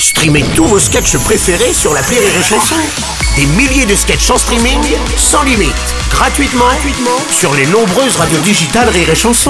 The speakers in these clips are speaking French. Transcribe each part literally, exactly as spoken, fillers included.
Streamez tous vos sketchs préférés sur l'appli Rire et Chanson. Des milliers de sketchs en streaming, sans limite, gratuitement, gratuitement sur les nombreuses radios digitales Rire et Chanson.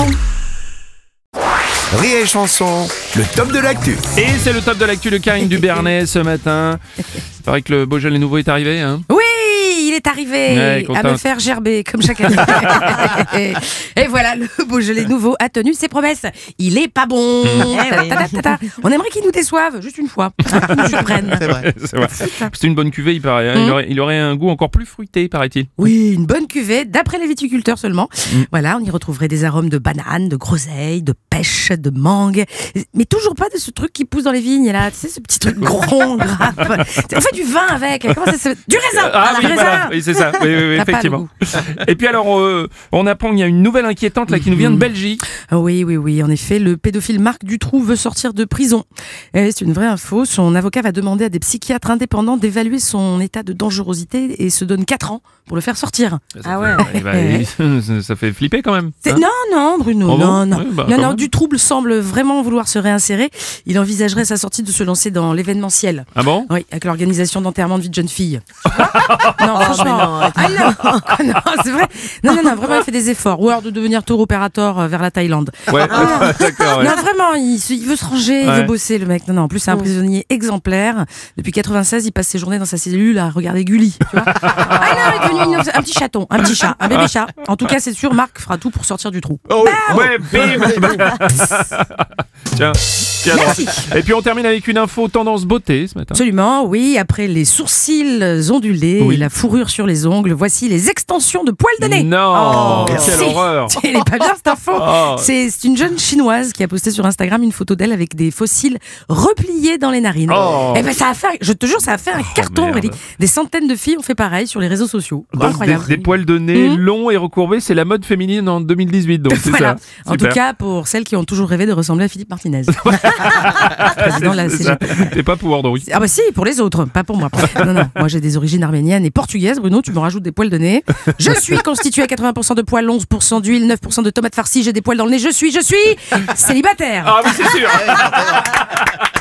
Rire et Chanson, le top de l'actu. Et c'est le top de l'actu de Karine Dubernet ce matin. Il paraît que le Beaujolais nouveau est arrivé, hein. Oui, il est arrivé Ouais, à me faire gerber comme chaque année. et, et voilà, le Beaujolais nouveau a tenu ses promesses. Il est pas bon. Mmh. Ta, ta, ta, ta. On aimerait qu'il nous déçoive, juste une fois. Ils nous surprennent. C'est vrai. C'est vrai. C'est une bonne cuvée, il paraît. hein. Il, aurait, il aurait un goût encore plus fruité, paraît-il. Oui, une bonne cuvée, d'après les viticulteurs seulement. Mmh. Voilà, on y retrouverait des arômes de banane, de groseille, de pêche, de mangue. Mais toujours pas de ce truc qui pousse dans les vignes, là. Tu sais, ce petit truc gros, grave. On fait du vin avec. Comment ça se... Du raisin. Ah voilà, oui, raisin. voilà. Oui, c'est ça. Oui, oui, oui, T'as pas effectivement. Et puis alors, euh, on apprend qu'il y a une nouvelle inquiétante là qui nous vient de Belgique. Oui, oui, oui. En effet, le pédophile Marc Dutroux veut sortir de prison. Et c'est une vraie info. Son avocat va demander à des psychiatres indépendants d'évaluer son état de dangerosité et se donne quatre ans pour le faire sortir. Ah ouais. Bah, ça, ça fait flipper quand même. C'est... hein. Non, non, Bruno, Oh bon non, non. Oui, bah, non, quand non, même. Dutroux semble vraiment vouloir se réinsérer. Il envisagerait sa sortie de se lancer dans l'événementiel. Ah bon? Oui, avec l'organisation d'enterrement de vie de jeune fille. non, franchement. Ah non, non, c'est vrai. Non, non, non, vraiment, il fait des efforts. Ou alors de devenir tour opérateur euh, vers la Thaïlande. Ouais, d'accord. Ouais. Non, vraiment, il, se- il veut se ranger, il Ouais. veut bosser, le mec. Non, non, en plus, c'est un prisonnier exemplaire. Depuis quatre-vingt-seize, il passe ses journées dans sa cellule à regarder Gulli. Tu vois ah non, il est devenu une- un petit chaton, un petit chat, un bébé chat. En tout cas, c'est sûr, Marc fera tout pour sortir du trou. Oh, ouais, bim. Tiens, tiens. Merci. Et puis on termine avec une info tendance beauté ce matin. Absolument, oui. Après les sourcils ondulés Oui. et la fourrure sur les ongles, voici les extensions de poils de nez. Non, quelle Si. horreur. Elle est pas bien cette info. Oh. C'est c'est une jeune chinoise qui a posté sur Instagram une photo d'elle avec des fossiles repliés dans les narines. Oh. Et ben ça a fait, je te jure, ça a fait un carton. merde. Aurélie. Des centaines de filles ont fait pareil sur les réseaux sociaux. Donc des, Incroyable. des poils de nez Mhm. longs et recourbés, c'est la mode féminine en deux mille dix-huit, donc c'est Voilà. ça. En tout Super. cas, pour celles qui ont toujours rêvé de ressembler à Philippe Martinez. Président de la C'est C G ça. P. T'es pas pour Andrew. Ah bah si, pour les autres, pas pour moi. Non, non, moi j'ai des origines arméniennes et portugaises, Bruno, tu me rajoutes des poils de nez. Je suis constitué à quatre-vingts pour cent de poils, onze pour cent d'huile, neuf pour cent de tomates farcies, j'ai des poils dans le nez, je suis, je suis célibataire. Ah oui, c'est sûr.